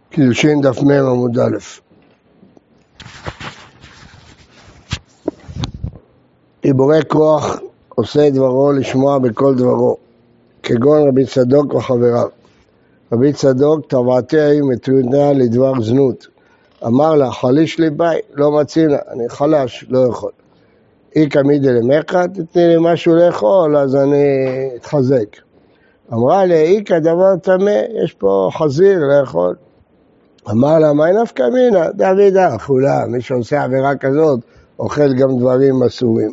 קידושין דף מ' עמוד א'. דיבורי כוח עושה דברו לשמוע בכל דברו, כגון רבי צדוק וחבריו. רבי צדוק תבעתי מתלונה לדבר זנות. אמר לה, חליש לי ביי, לא מצינה, אני חלש, לא יכול. אי קמידי למכה, תתני לי משהו לאכול, אז אני אתחזק. אמרה לי, אי כדבר תמה, יש פה חזיר לאכול. אמר לה, מה נפקא מינה? דוידה, חולה, מי שעושה עבירה כזאת, אוכל גם דברים אסורים.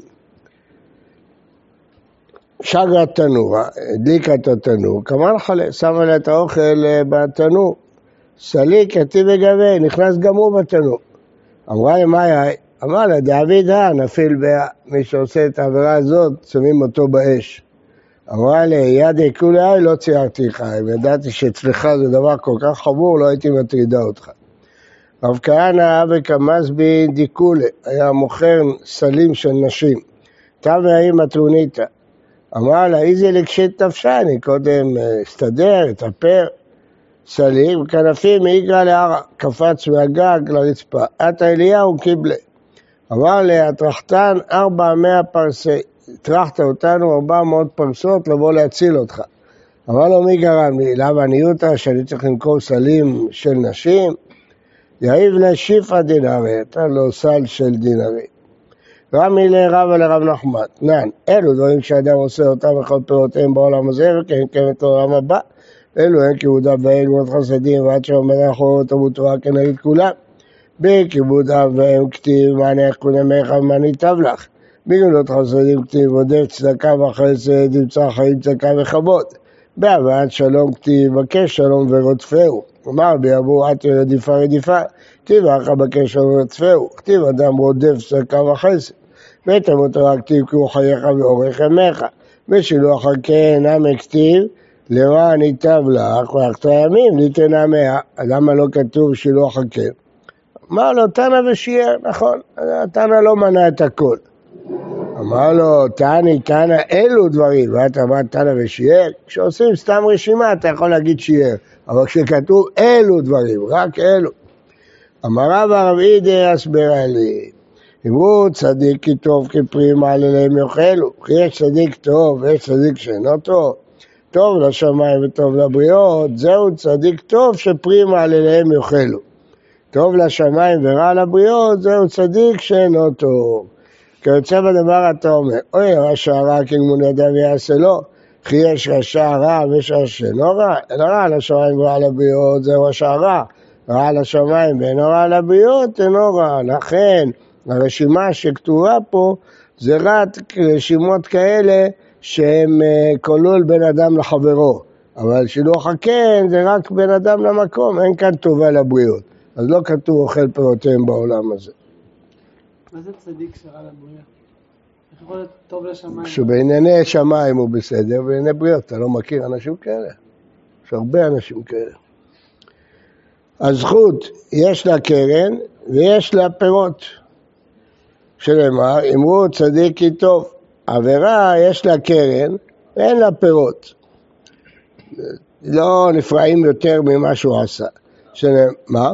שגרה תנורה, הדליקה את התנור, כמובן חלה, שמה לה את האוכל בתנור, סליק, עתי וגבי, נכנס גם הוא בתנור. אמרה לי, מה היה? אמר לה, דוידה, נפיל מי שעושה את העבירה הזאת, שמים אותו באש. אמרה לי, ידי כולי, לא ציירתי חי, וידעתי שאצלך זה דבר כל כך חמור, לא הייתי מטרידה אותך. רב כהנא אבי כמסבי דיקולי, היה מוכר סלים של נשים. תמי האי מטרוניתא. אמרה לה, איזה לקשית נפשני, קודם הסתדר, התאפר. סלים, כנפים מאיגרא להרע, קפץ מהגג לרצפה. עתה אליהו קיבלה. אמר לה, הטרחתן 400 פרסי. הטרחת אותנו 400 פרסות לבוא להציל אותך. אמר לו, מי גרם לי? למה עניותא שאני צריך למכור סלים של נשים? יאיב לשיפא דינרי, אתה לו סל של דינרי. רמי לרב ולרב נחמן, נען, אלו דברים שאדם עושה אותם בכל פירותיהם בעולם הזה, וכן כמת לעולם הבא. אלו אין כיבודה בהם גמות חסדים, ועד שאומר אחרות תמותורה כנגד כולם. בכיבודה בהם כתיב, מענה כולי מך ומעני טב לך. בגמילות חסדים כתיב, עודף צדקה וחסד, ימצא חיים צדקה וכבוד. בהבאת שלום כתיב, בקש שלום ורודפהו. אמר ביאמרו, עתי רדיפה רדיפה, כתיב אחר בקש שלום ורודפהו. כתיב אדם רודף צדקה וחסד. בית המותרה כתיב, כי הוא חייך ואורך ימיך. ושילוח כן, נמי כתיב, לרע ניטב לך, ואחת הימים ליתנה מאה. למה לא כתוב שילוח כן? אמר לו, תנא ושיער, נכון, תנא לא מנע את הכל. אמר לו, תנא, אלו דברים, ואתה אמר תנא ושיער, כשעושים סתם רשימה אתה יכול להגיד שיער, אבל כשכתוב אלו דברים, רק אלו. אמר רב אידר אסברה לי, אמרו צדיק כי טוב כפרי מעלליהם יאכלו, כי יש צדיק טוב ויש צדיק שאינו טוב, טוב לשמיים וטוב לבריות, זהו צדיק טוב שפרי מעלליהם יאכלו. טוב לשמיים ורע לבריות, זהו צדיק שאינו טוב. כיוצא בדבר אתה אומר, אוי רשע רע כגמול ידיו יעשה לו, כי יש רשע רע ויש רשע שאינו רע, אלא רע לשמיים ורע לבריות, זהו רשע רע, רע לשמיים ואינו רע לבריות, אינו רע. לכן הרשימה שכתובה פה זה רק רשימות כאלה שהם כולל בין אדם לחברו, אבל שילוח הקן זה רק בין אדם למקום, אין כאן טובה לבריות. אז לא כתוב אוכל פירותיהם בעולם הזה. מה זה צדיק שרע לבריות? איך יכול להיות טוב לשמיים? שבענייני שמיים הוא בסדר, ובענייני בריות, אתה לא מכיר אנשים כאלה? יש הרבה אנשים כאלה. הזכות, יש לה קרן ויש לה פירות. שלמה, אמרו צדיק כי טוב. עבירה, יש לה קרן ואין לה פירות. לא נפרעים יותר ממה שהוא עשה. מה?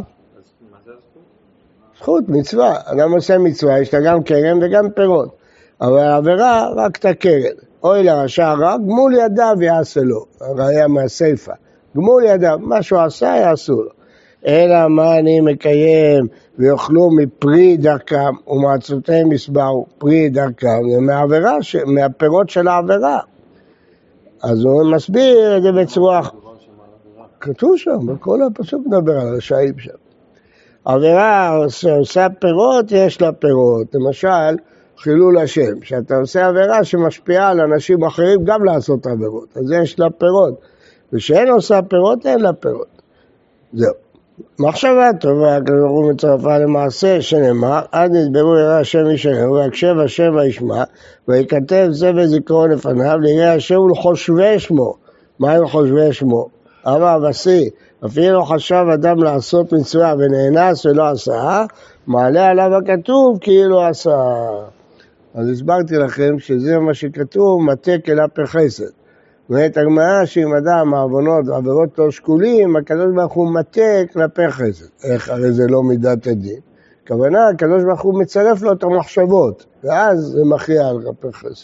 זכות, מצווה, אדם עושה מצווה, יש לה גם קרן וגם פירות, אבל העבירה רק את הקרן. אוי לרשע רע, גמול ידיו יעשה לו, הראיה מהסיפה, גמול ידיו, מה שהוא עשה יעשו לו. אלא מה אני מקיים ויאכלו מפרי דרכם ומעצותיהם יסברו, פרי דרכם, זה מהפירות של העבירה. אז הוא מסביר את זה בצורה, כתוב שם, בכל הפסוק מדבר על הרשעים שם. עבירה שעושה פירות, יש לה פירות. למשל, חילול השם. כשאתה עושה עבירה שמשפיעה על אנשים אחרים גם לעשות עבירות. אז יש לה פירות. ושאין עושה פירות, אין לה פירות. זהו. מחשבה טובה, כזכור מצרפה למעשה, שנאמר, עד נדברו ירא השם ישמעו, ויקשב השם וישמע, ויכתב זה בזיכרון לפניו, לירא השם ולחושבי שמו. מה עם חושבי שמו? אמר בשיא, אפילו חשב אדם לעשות מצווה ונאנס ולא עשה, מעלה עליו הכתוב כאילו עשה. אז הסברתי לכם שזה מה שכתוב, מטה כלפי חסד. אומרת הגמרא שאם אדם העוונות ועבירות לא שקולים, הקדוש ברוך הוא מטה כלפי חסד. איך? הרי זה לא מידת הדין. הכוונה, הקדוש ברוך הוא מצרף לו את המחשבות, ואז זה מכריע על כלפי חסד.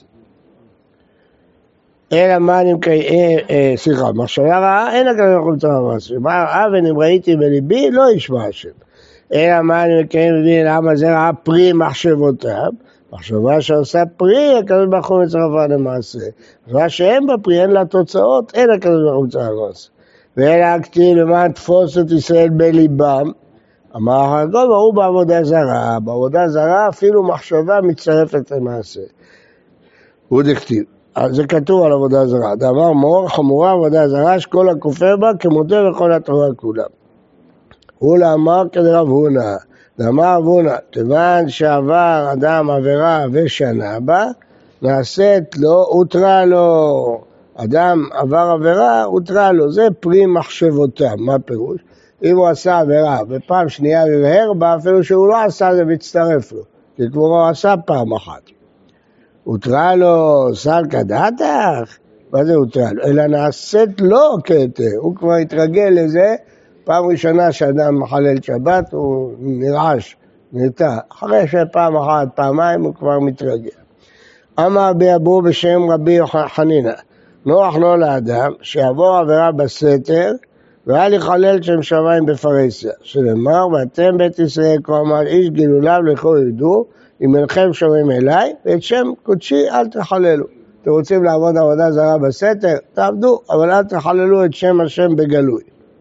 אלא מה אני סליחה, מחשבה רעה, אין הקדוש ברוך הוא מצרף מעשה. מה אבן אם ראיתי בליבי, לא ישמע השם. אלא מה אני מקיים מבין, למה זה ראה פרי מחשבותיו, מחשבה שעושה פרי, הקדוש ברוך הוא מצרפה למעשה. מחשבה שאין בה פרי, אין לה תוצאות, אין הקדוש ברוך הוא מצרפה למעשה. ואלא הכתיב למען תפוס את ישראל בליבם, אמר הכל ברור בעבודה זרה, בעבודה זרה אפילו מחשבה מצטרפת למעשה. הוא דכתיב, זה כתוב על עבודה זרה, דאמר מור חמורה עבודה זרה שכל הכופר בה כמותה וכל התורה כולם. הוא לאמר כדרב הונא, דאמר רב הונא, כיוון שעבר אדם עבירה ושנה בה, נעשית לו, הותרה לו, אדם עבר עבירה, הותרה לו, זה פרי מחשבותיו, מה פירוש? אם הוא עשה עבירה ופעם שנייה יבהר בה, אפילו שהוא לא עשה זה מצטרף לו, כי כבר הוא עשה פעם אחת. הותרה לו סלקא דעתך, מה זה הותרה לו? אלא נעשית לו כתר, הוא כבר התרגל לזה, פעם ראשונה שאדם מחלל שבת הוא נרעש, נרתע, אחרי שפעם אחת, פעמיים הוא כבר מתרגל. אמר רבי אבו בשם רבי חנינא, נוח לו לאדם שיעבור עבירה בסתר, והיה לחלל שם שמיים בפרהסיה, שנאמר, ואתם בית ישראל כה אמר איש גילוליו לכו ידעו, אם אינכם שומעים אליי, ואת שם קודשי אל תחללו. אתם רוצים לעבוד עבודה זרה בסתר? תעבדו, אבל אל תחללו את שם השם בגלוי.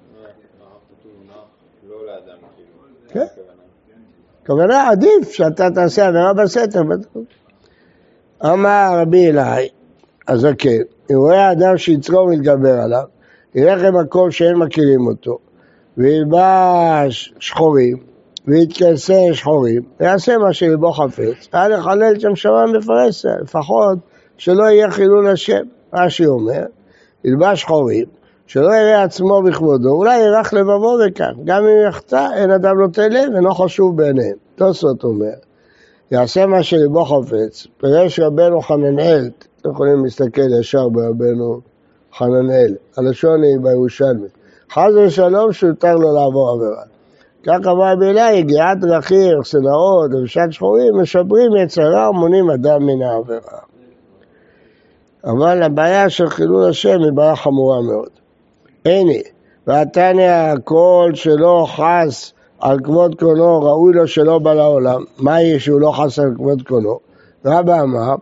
לא לאדם כן. כוונה עדיף שאתה תעשה עבירה בסתר. אמר רבי אלי, אז כן, אם רואה אדם שיצרו מתגבר עליו, ילך למקום שאין מכירים אותו, וילבש שחורים, ויתכסה שחורים, ויעשה מה שלבו חפץ, היה לחלל שם שמיים בפרהסיה, לפחות שלא יהיה חילול השם. רש"י אומר, ילבש שחורים, שלא יראה עצמו בכבודו, אולי ירח לבבו וכך, גם אם יחטא, אין אדם נוטה לב, אינו חשוב בעיניהם. תוספות אומר, יעשה מה שלבו חפץ, פירש רבנו חננאל, אתם יכולים להסתכל ישר ברבנו חננאל, הלשון היא בירושלמי, חס ושלום שיותר לו לעבור עבירה. כך אמר בילה, יגיעת דרכים, שנאות, לבשת שחורים, משברים יצרה ומונים אדם מן העבירה. אבל הבעיה של חילול השם היא בעיה חמורה מאוד. הנה, ועתניא הכל שלא חס על כבוד קונו, ראוי לו שלא בא לעולם. מה יהיה שהוא לא חס על כבוד קונו? רבא אמר,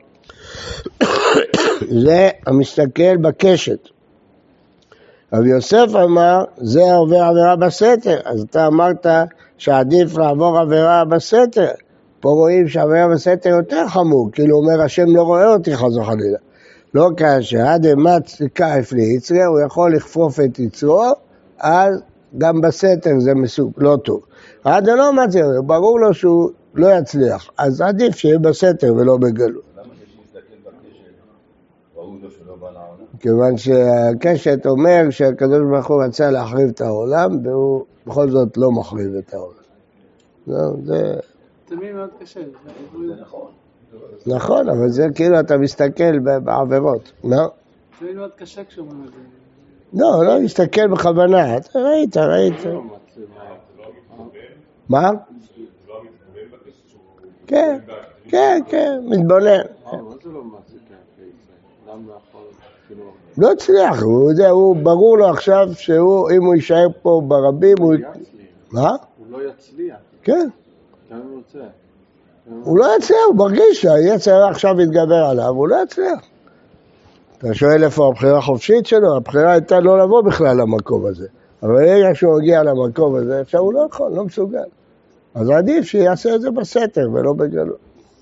זה המסתכל בקשת. רבי יוסף אמר, זה עובר עבירה בסתר. אז אתה אמרת שעדיף לעבור עבירה בסתר. פה רואים שעבירה בסתר יותר חמור, כאילו אומר השם לא רואה אותי חס וחלילה. לא כאשר עד אמת כעף ליצרו, הוא יכול לכפוף את יצרו, אז גם בסתר זה מסוג לא טוב. עד לא מצליח, ברור לו שהוא לא יצליח, אז עדיף שיהיה בסתר ולא בגלוי. למה שנסתכל בקשת, ראוי לו שלא בא לעולם? כיוון שהקשת אומר שהקדוש ברוך הוא רצה להחריב את העולם, והוא בכל זאת לא מחריב את העולם. זה תמיד מאוד קשה. זה נכון. נכון, אבל זה כאילו אתה מסתכל בעבירות, לא? תמיד מאוד קשה כשאומרים את זה. לא, לא להסתכל בכוונה, אתה ראית. מה? כן, מתבונן. לא הצליח, הוא ברור לו עכשיו שהוא, אם הוא יישאר פה ברבים, הוא... מה? הוא לא יצליח. כן. גם אם הוא רוצה. הוא לא יצליח, הוא מרגיש שהיצר עכשיו יתגבר עליו, הוא לא יצליח. אתה שואל איפה הבחירה החופשית שלו? הבחירה הייתה לא לבוא בכלל למקום הזה. אבל רגע שהוא הגיע למקום הזה, אפשר הוא לא יכול, לא מסוגל. אז עדיף שיעשה את זה בסתר ולא בגלוי.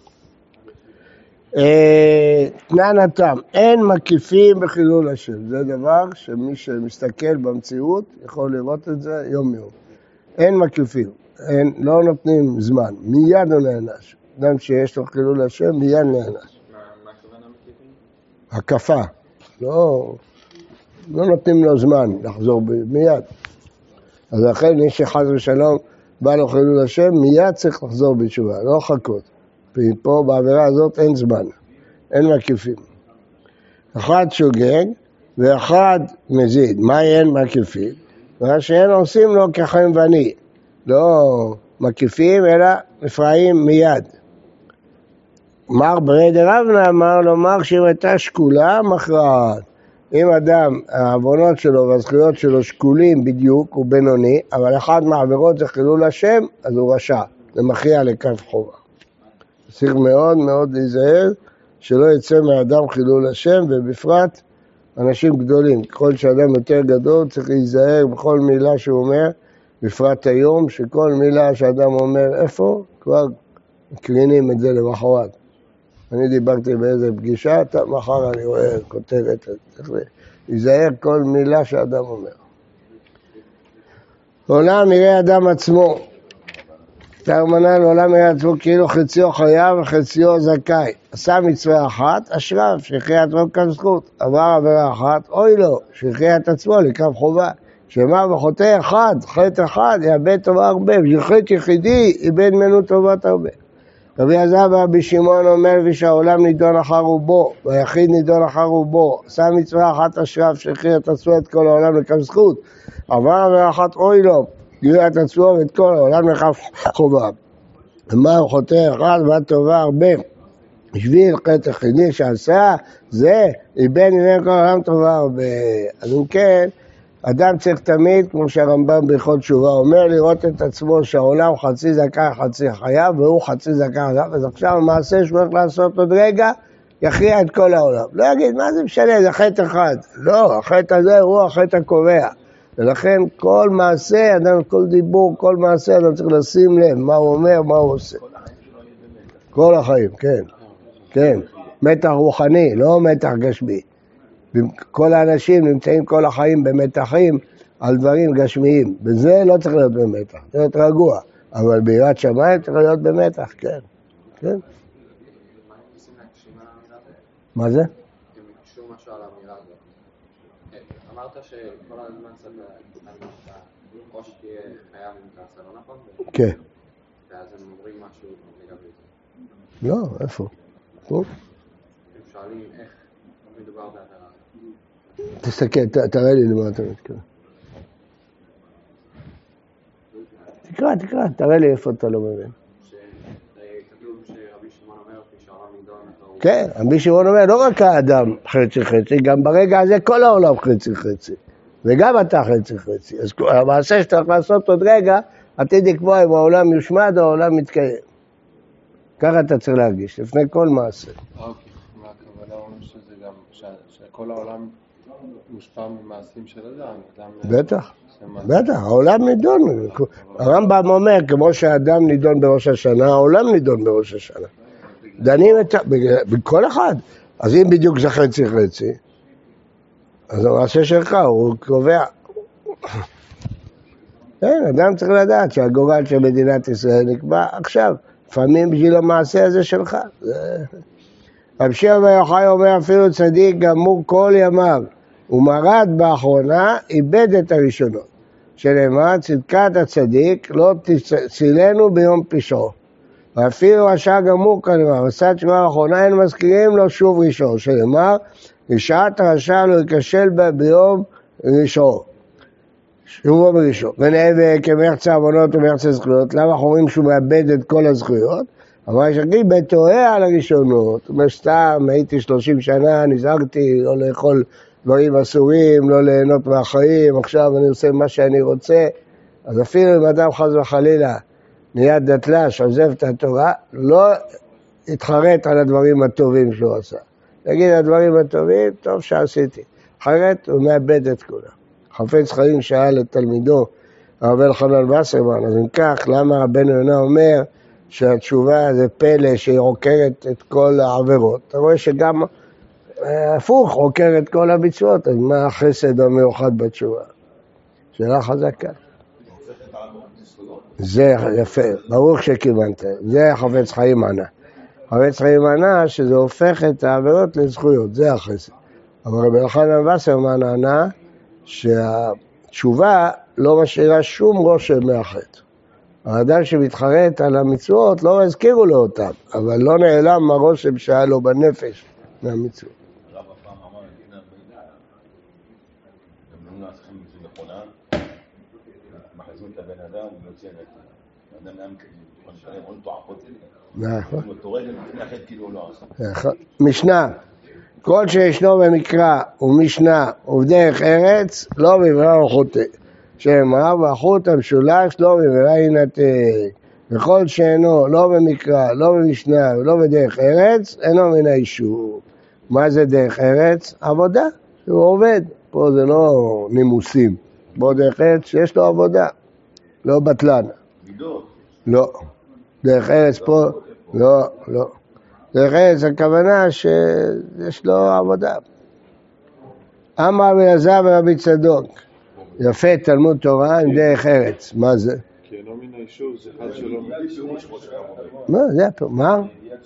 תנן התם, אין מקיפים בחילול השם. זה דבר שמי שמסתכל במציאות יכול לראות את זה יום יום. אין מקיפים, לא נותנים זמן, מיד הוא נענש. אדם שיש לו חילול השם, מיד נענש. מה הכוונה מקיפים? הקפה, לא נותנים לו זמן לחזור מיד. אז לכן מי שחס ושלום בא לו חילול השם, מיד צריך לחזור בתשובה, לא חכות. ופה בעבירה הזאת אין זמן, אין מקיפים. אחד שוגג, ואחד מזיד. מה אין מקיפים? מה שאין עושים לו כחנווני. לא מקיפים אלא מפרעים מיד. מר ברי דרבנא אמר לומר שאם הייתה שקולה מכרעת. אם אדם, העוונות שלו והזכויות שלו שקולים בדיוק, הוא בינוני, אבל אחד מהעבירות זה חילול השם, אז הוא רשע. זה מכריע לכף חובה. צריך מאוד מאוד להיזהר שלא יצא מהאדם חילול השם, ובפרט אנשים גדולים. ככל שאדם יותר גדול צריך להיזהר בכל מילה שהוא אומר, בפרט היום, שכל מילה שאדם אומר איפה, כבר מקרינים את זה למחרת. אני דיברתי באיזה פגישה, מחר אני רואה כותרת, צריך להיזהר כל מילה שאדם אומר. עולם יראה אדם עצמו, תרמנן עולם יראה עצמו כאילו חציו חייב וחציו זכאי. עשה מצווה אחת, אשריו, שיחיה את עצמו כזכות. עבר עבירה אחת, אוי לו, שיחיה את עצמו לקו חובה. שמר וחוטא אחד, חטא אחד, יאבד טובה הרבה, וחטא יחידי, איבד ממנו טובת הרבה. רבי עזרא ורבי שמעון אומר ושהעולם נידון אחר רובו, והיחיד נידון אחר רובו, עשה מצווה אחת אשריו, שיחיה את עצמו את כל העולם לקו זכות. עבר עבירה אחת, אוי לו, יחיה את עצמו ואת כל העולם לקו חובה. אמר חוטא אחד וטובה הרבה, בשביל חטא יחידי שעשה, זה איבד ממנו כל העולם טובה הרבה. אז אם כן, אדם צריך תמיד, כמו שהרמב"ם בהלכות תשובה אומר, לראות את עצמו שהעולם חצי זכאי חצי חייב, והוא חצי זכאי חייב, אז עכשיו המעשה שהוא הולך לעשות עוד רגע, יכריע את כל העולם. לא יגיד, מה זה משנה, זה חטא אחד. לא, החטא הזה הוא החטא הקובע. ולכן כל מעשה, אדם, כל דיבור, כל מעשה, אדם צריך לשים לב מה הוא אומר, מה הוא עושה. כל החיים, כן. כן. מתח רוחני, לא מתח גשמי. כל האנשים נמצאים כל החיים במתחים על דברים גשמיים. בזה לא צריך להיות במתח, צריך להיות רגוע. אבל ביראת שמיים צריך להיות במתח, כן. כן. מה זה? הם יקשו משהו על האמירה הזאת. אמרת שכל הזמן צריך או שתהיה חייב עם כעסה, לא נכון? כן. ואז הם אומרים משהו לגבי זה. לא, איפה? טוב. הם שואלים איך מדובר בעבירה. תסתכל, תראה לי למה אתה מתכוון. תקרא, תראה לי איפה אתה לא מבין. שכתוב שרבי שמעון אומר שהעולם נידון. כן, רבי שמעון אומר, לא רק האדם חצי חצי, גם ברגע הזה כל העולם חצי חצי. וגם אתה חצי חצי. אז המעשה שאתה הולך לעשות עוד רגע, עתיד לקבוע אם העולם יושמד או העולם מתקיים. ככה אתה צריך להרגיש, לפני כל מעשה. מה הכוונה אומרים שזה גם, שכל העולם מושפע ממעשים של אדם? בטח, בטח, העולם נידון. הרמב"ם אומר, כמו שהאדם נידון בראש השנה, העולם נידון בראש השנה. דנים בכל אחד. אז אם בדיוק זה חצי חצי, אז המעשה שלך הוא קובע. כן, אדם צריך לדעת שהגורל של מדינת ישראל נקבע עכשיו. לפעמים בשביל המעשה הזה שלך. רבי שמעון בר יוחאי אומר אפילו צדיק גמור כל ימיו, ומרד באחרונה איבד את הראשונות. שנאמר צדקת הצדיק לא תצילנו ביום פשעו. ואפילו רשע גמור כלומר, עשה תשובה האחרונה אין מזכירים לו שוב ראשון. שנאמר רשעת הרשע לא ייכשל בה ביום ראשון. שובו בראשון. ונאבק כמחצה עוונות ומחצה זכויות. למה אנחנו אומרים שהוא מאבד את כל הזכויות? אבל יש להגיד בתוהה על הראשונות. אומר סתם, הייתי 30 שנה, נזהרתי לא לאכול דברים אסורים, לא ליהנות מהחיים, עכשיו אני עושה מה שאני רוצה. אז אפילו אם אדם חס וחלילה נהיה דתל"ש, עוזב את התורה, לא יתחרט על הדברים הטובים שהוא עשה. יגיד הדברים הטובים, טוב שעשיתי. אחרת הוא מאבד את כולם. חפץ חיים שאל את תלמידו, הרב אלחנן וסרמן, אז אם כך, למה רבנו יונה אומר שהתשובה זה פלא שהיא עוקרת את כל העבירות? אתה רואה שגם הפוך עוקר את כל המצוות, אז מה החסד המיוחד בתשובה? שאלה חזקה. זה יפה, ברוך שכיוונת, זה חפץ חיים ענה. חפץ חיים ענה שזה הופך את העבירות לזכויות, זה החסד. אבל רבי אלחנן וסרמן ענה שהתשובה לא משאירה שום רושם מהחטא. האדם שמתחרט על המצוות לא הזכירו לו אותם, אבל לא נעלם הרושם שהיה לו בנפש מהמצוות. את הבן אדם, הוא יוצא נקי. האדם היה משלם עוד תועפות. נכון. הוא תורג אחרת כאילו הוא לא עשה. משנה, כל שישנו במקרא ומשנה ובדרך ארץ, לא בברא הוא חוטא. שאמר, והחוט המשולש לא בברא ינתק. וכל שאינו לא במקרא, לא במשנה ולא בדרך ארץ, אינו מן האישור. מה זה דרך ארץ? עבודה, הוא עובד. פה זה לא נימוסים. פה דרך ארץ שיש לו עבודה, לא בטלן. לא. דרך ארץ פה, לא. דרך ארץ הכוונה שיש לו עבודה. אמר רבי אלעזר ורבי צדוק, יפה תלמוד תורה עם דרך ארץ. מה זה? כי אינו מן האישור, זה אחד שלא מה? זה פה, מה?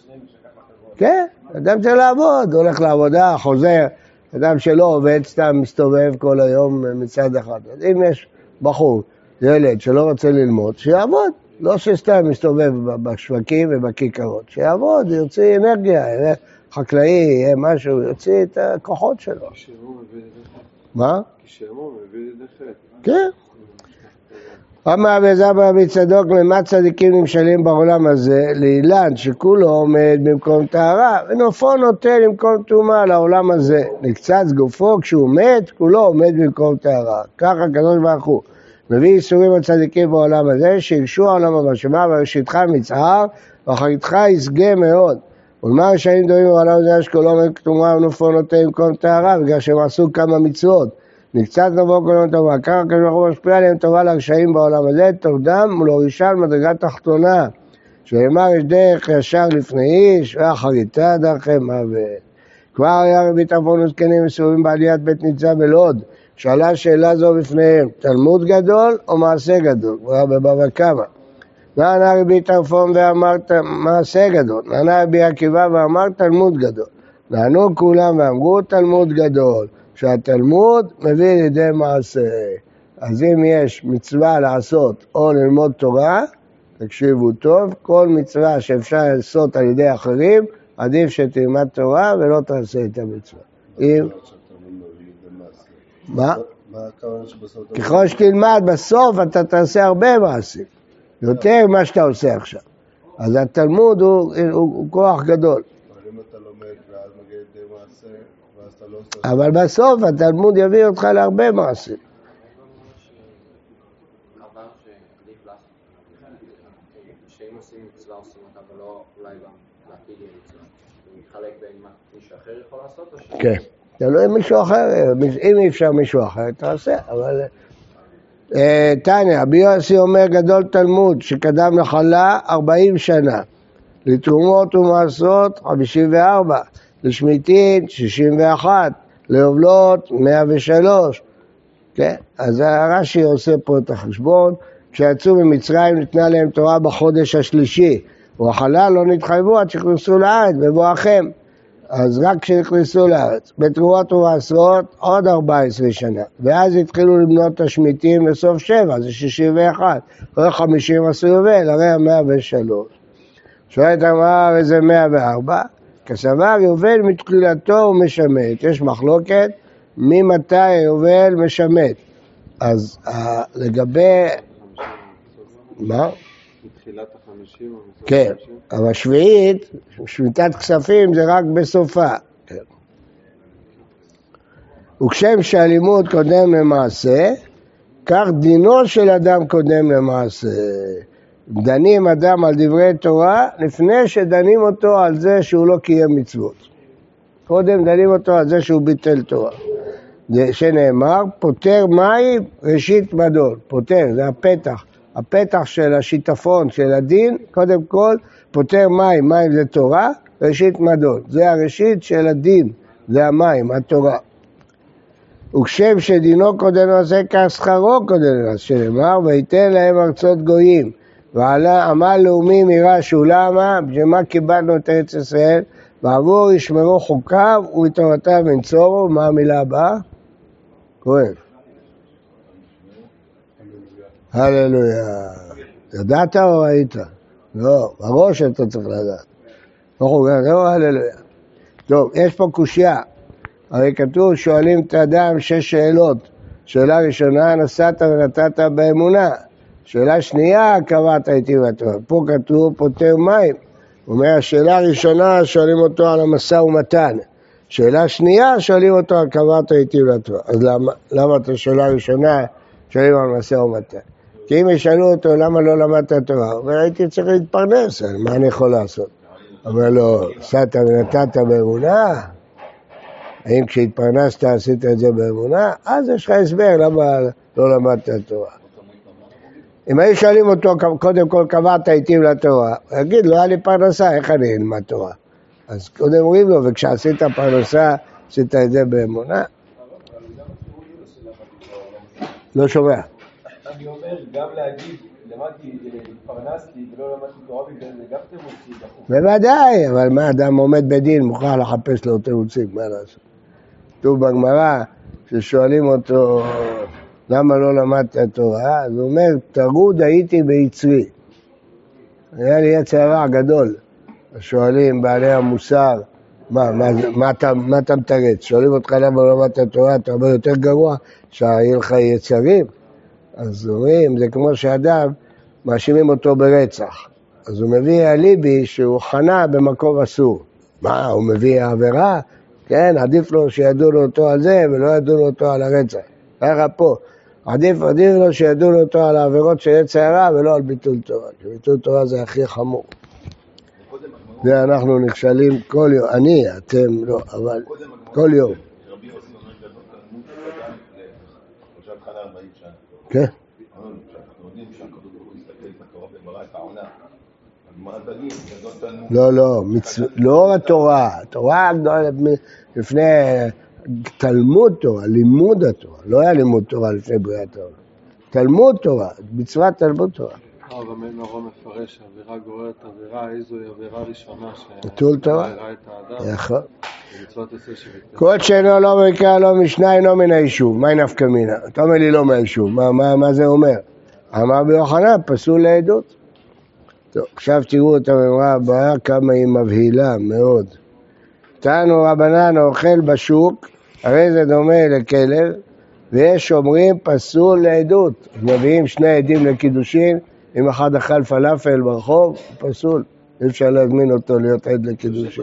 כן, אדם צריך לעבוד, הולך לעבודה, חוזר, אדם שלא עובד, סתם מסתובב כל היום מצד אחד. אז אם יש בחור, ילד שלא רוצה ללמוד, שיעבוד, לא שסתם מסתובב בשווקים ובכיכרות, שיעבוד, יוציא אנרגיה, חקלאי, יהיה משהו, יוציא את הכוחות שלו. כשהוא מביא לדחת. מה? כשהוא מביא לדחת. כן. אמר רבי אלעזר ורבי צדוק, למה צדיקים נמשלים בעולם הזה? לאילן שכולו עומד במקום טהרה, ונופו נוטה למקום טומאה לעולם הזה. נקצץ גופו כשהוא מת, כולו עומד במקום טהרה. ככה הקדוש ברוך הוא מביא איסורים הצדיקים בעולם הזה, שירשו העולם הבא, שמה וראשיתך מצער, ואחריתך ישגה מאוד. ולמה רשעים דברים בעולם הזה שכולו עומד טומאה ונופו נוטה למקום טהרה, בגלל שהם עשו כמה מצוות. נקצת נבוא כל יום טובה, ככה הקדוש ברוך הוא משפיע עליהם טובה לרשעים בעולם הזה, תורדם ולהורישם מדרגה תחתונה, שאמר יש דרך ישר לפני איש, ואחריתה דרכי מוות. כבר היה רבי טרפון וזקנים מסובבים בעליית בית ניצה בלוד, שאלה שאלה זו בפניהם, תלמוד גדול או מעשה גדול? הוא היה בבבא קמא. נענה רבי טרפון ואמר מעשה גדול, נענה רבי עקיבא ואמר תלמוד גדול. נענו כולם ואמרו תלמוד גדול. שהתלמוד מביא לידי מעשה. אז אם יש מצווה לעשות או ללמוד תורה, תקשיבו טוב, כל מצווה שאפשר לעשות על ידי אחרים, עדיף שתלמד תורה ולא תעשה את המצווה. מה? ככל שתלמד בסוף אתה תעשה הרבה מעשים, יותר ממה שאתה עושה עכשיו. אז התלמוד הוא כוח גדול. אבל בסוף התלמוד יביא אותך להרבה מעשים. עבר שעדיף לעשות, שאם עושים מצווה עושים אותה ולא אולי גם להפיל מצווה. הוא מתחלק בין מה מישהו אחר יכול לעשות או ש... כן, תלוי מישהו אחר, אם אי אפשר מישהו אחר תעשה, אבל... תניא, רבי יוסי אומר גדול תלמוד שקדם לחלה 40 שנה, לתרומות ומעשרות 54, לשמיטין 61, ליובלות 103, כן? אז הרש"י עושה פה את החשבון, כשיצאו ממצרים ניתנה להם תורה בחודש השלישי, והחלה לא נתחייבו עד שנכנסו לארץ בבואכם, אז רק כשנכנסו לארץ, בתרומות ומעשרות עוד 14 שנה, ואז התחילו לבנות את השמיטים לסוף 7, זה 61, אחרי 50 עשו יובל, הרי 103. שואלת אמר איזה 104, כסבר יובל מתחילתו הוא משמט, יש מחלוקת ממתי היובל משמט. אז לגבי... מה? מתחילת ה-50 או מסוף כן, ה-50? אבל שביעית, שמיטת כספים זה רק בסופה. כן. וכשם שהלימוד קודם למעשה, כך דינו של אדם קודם למעשה. דנים אדם על דברי תורה לפני שדנים אותו על זה שהוא לא קיים מצוות. קודם דנים אותו על זה שהוא ביטל תורה. שנאמר, פותר מים ראשית מדון. פותר, זה הפתח. הפתח של השיטפון, של הדין, קודם כל פותר מים. מים זה תורה, ראשית מדון. זה הראשית של הדין, זה המים, התורה. וכשם שדינו קודם למעשה, כך שכרו קודם למעשה. שנאמר, ויתן להם ארצות גויים. ועלה עמל לאומי מירשו, למה? בשביל קיבלנו את ארץ ישראל, בעבור ישמרו חוקיו ומתורתיו ינצורו. מה המילה הבאה? כואב. הללויה. ידעת או ראית? לא, בראש אתה צריך לדעת. לא, הללויה. טוב, יש פה קושיה. הרי כתוב, שואלים את האדם 6 שאלות. שאלה ראשונה, נסעת ונתת באמונה. שאלה שנייה, קבעת איתי בתורה. פה כתוב פותר מים. הוא אומר, השאלה הראשונה שואלים אותו על המשא ומתן. שאלה שנייה שואלים אותו על קבעת איתי בתורה. אז למה את השאלה הראשונה שואלים על משא ומתן? כי אם ישאלו אותו למה לא למדת תורה, הוא אומר, הייתי צריך להתפרנס, מה אני יכול לעשות? אומר לו, עשית ונתת באמונה? האם כשהתפרנסת עשית את זה באמונה? אז יש לך הסבר למה לא למדת תורה. אם היו שואלים אותו, קודם כל קבעת איתי לתורה, הוא יגיד, לא היה לי פרנסה, איך אני אלמד תורה? אז קודם אומרים לו, וכשעשית פרנסה, עשית את זה באמונה? לא שומע. אני אומר, גם להגיד, למדתי, התפרנסתי ולא למדתי תורה בגלל זה, גם תירוצים דחוף. בוודאי, אבל מה אדם עומד בדין, מוכרח לחפש לו תירוצים, מה לעשות? כתוב בגמרא, ששואלים אותו, למה לא למדת תורה? אז הוא אומר, טרוד הייתי ביצרי. היה לי יצר רע גדול. שואלים בעלי המוסר, מה אתה מתרץ? שואלים אותך למה לא למדת תורה, אתה אומר יותר גרוע, שיהיה לך יצרים. אז אומרים, זה כמו שאדם, מאשימים אותו ברצח. אז הוא מביא אליבי שהוא חנה במקום אסור. מה, הוא מביא עבירה? כן, עדיף לו שידעו אותו על זה ולא ידעו אותו על הרצח. ככה פה. עדיף לו שידעו אותו על העבירות של יצר הרע ולא על ביטול תורה. כי ביטול תורה זה הכי חמור. ואנחנו נכשלים כל יום. אני, אתם לא, אבל כל יום. רבי יוסי אומר גדול תלמוד אדם לשלושת חנה 40 שנה. כן. אנחנו יודעים שהקדוש ברוך הוא הסתכל בתורה וברא את העונה. מה תגיד? גדול תלמוד. לא התורה. התורה לפני תלמוד תורה, לימוד התורה. לא היה לימוד תורה לפני בריאת העולם. תלמוד תורה, מצוות תלמוד תורה. אבל מרום מפרש, עבירה גוררת עבירה, איזו היא עבירה ראשונה ביטול תורה? שהעבירה את האדם. נכון. במצוות עשה שביטל. כל שאינו לא במקרא לא משנה אינו מן היישוב. מה נפקא מינה? אתה אומר לי לא מהיישוב. מה זה אומר? אמר ביוחנן, פסול לעדות. טוב, עכשיו תראו את המאמרה הבאה, כמה היא מבהילה מאוד. תנו רבנן האוכל בשוק, הרי זה דומה לכלב, ויש אומרים פסול לעדות. מביאים שני עדים לקידושין, אם אחד אכל פלאפל ברחוב, פסול. אי אפשר להזמין אותו להיות עד לקידושין.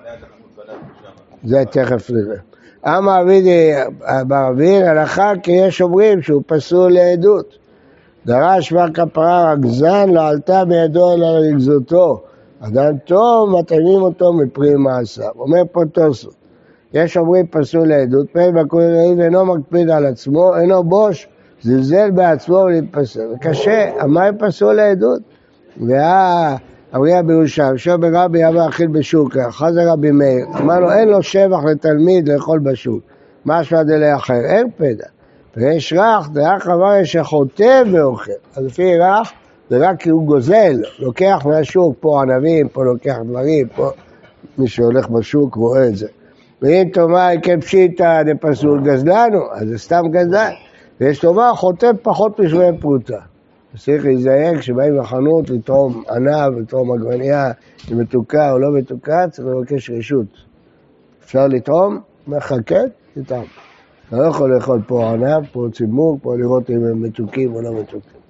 זה תכף נראה. אמר אבידי ברבין, הלכה כי יש אומרים שהוא פסול לעדות. דרש בר כפרה רגזן, לא עלתה בידו אלא לגזותו. אדם טוב, מתאימים אותו מפרי מעשיו. אומר פה תוספות, יש אומרים פסול לעדות, פן בקוראי ואינו מקפיד על עצמו, אינו בוש, זלזל בעצמו ולהתפסל. קשה, מה פסול לעדות? אבריה בירושלים, שואל ברבי אבא אכיל בשוק, חזר רבי מאיר, אמר לו אין לו שבח לתלמיד לאכול בשוק, משמע דלי אחר, אין פדע. ויש רך, דרך אמר שחוטב ואוכל, אז לפי רך זה רק כי הוא גוזל, לוקח מהשוק, פה ענבים, פה לוקח דברים, פה מי שהולך בשוק רואה את זה. ואם תאמר כפשיטה דפסול גזלנו, אז זה סתם גזלן. ויש לומר חוטב פחות משווה פרוטה. צריך להיזהר כשבאים לחנות לתרום ענב, לתרום עגבנייה, אם מתוקה או לא מתוקה, צריך לבקש רשות. אפשר לתרום, מחכה, תתרום. אתה לא יכול לאכול פה ענב, פה צימוק, פה לראות אם הם מתוקים או לא מתוקים.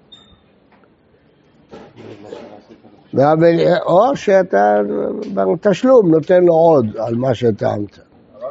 או שאתה בתשלום נותן לו עוד על מה שטעמת. הרב, זה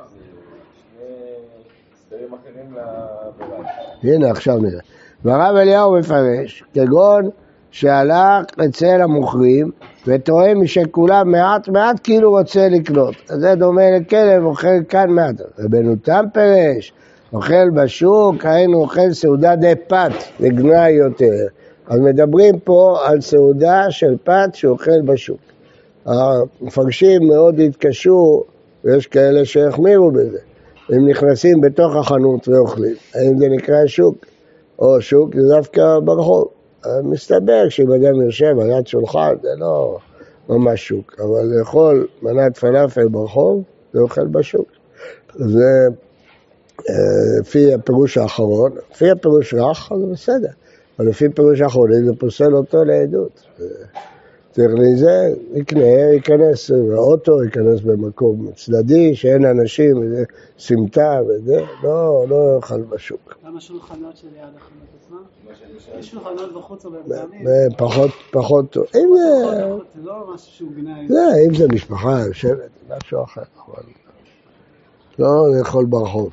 שני סדרים אחרים לעבירה. הנה עכשיו נראה. והרב אליהו מפרש, כגון שהלך אצל המוכרים וטועה משכולם מעט כאילו רוצה לקנות. אז זה דומה לכלב, אוכל כאן מעט. רבנו תם פרש, אוכל בשוק, היינו אוכל סעודה די פת, לגנאי יותר. אז מדברים פה על סעודה של פת שאוכל בשוק. המפרשים מאוד התקשו, ויש כאלה שהחמירו בזה. הם נכנסים בתוך החנות ואוכלים. האם זה נקרא שוק? או שוק זה דווקא ברחוב. מסתבר שאם אדם יושב על יד שולחן, זה לא ממש שוק. אבל לאכול מנת פלאפל ברחוב, זה אוכל בשוק. זה לפי הפירוש האחרון, לפי הפירוש רך, זה בסדר. אבל לפי פירוש האחרון, זה פוסל אותו לעדות. צריך להיזהר, יקנה, ייכנס באוטו, ייכנס במקום צדדי, שאין אנשים, וזה סמטה וזה, לא יאכל בשוק. למה שולחנות שליד החנות עצמם? יש שולחנות בחוץ או בפעמים? פחות טוב. זה לא משהו שהוא גנאי. אם זה משפחה יושבת, משהו אחר, אבל לא לאכול ברחוב.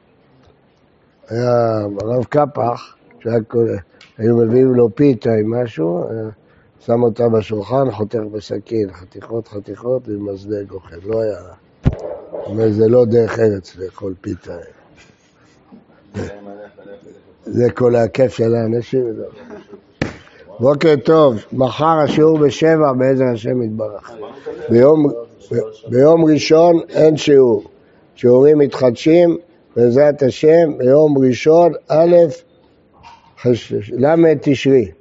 היה הרב קפח, שהיו מביאים לו פיתה עם משהו, שם אותה בשולחן, חותך בסכין, חתיכות, ומזלג אוכל. לא היה. אבל זה לא דרך ארץ לאכול פיתה. זה כל הכיף של האנשים. בוקר טוב, מחר השיעור ב7 בעזר השם יתברך. ביום ראשון אין שיעור. שיעורים מתחדשים בעזרת השם ביום ראשון א' למד תשרי.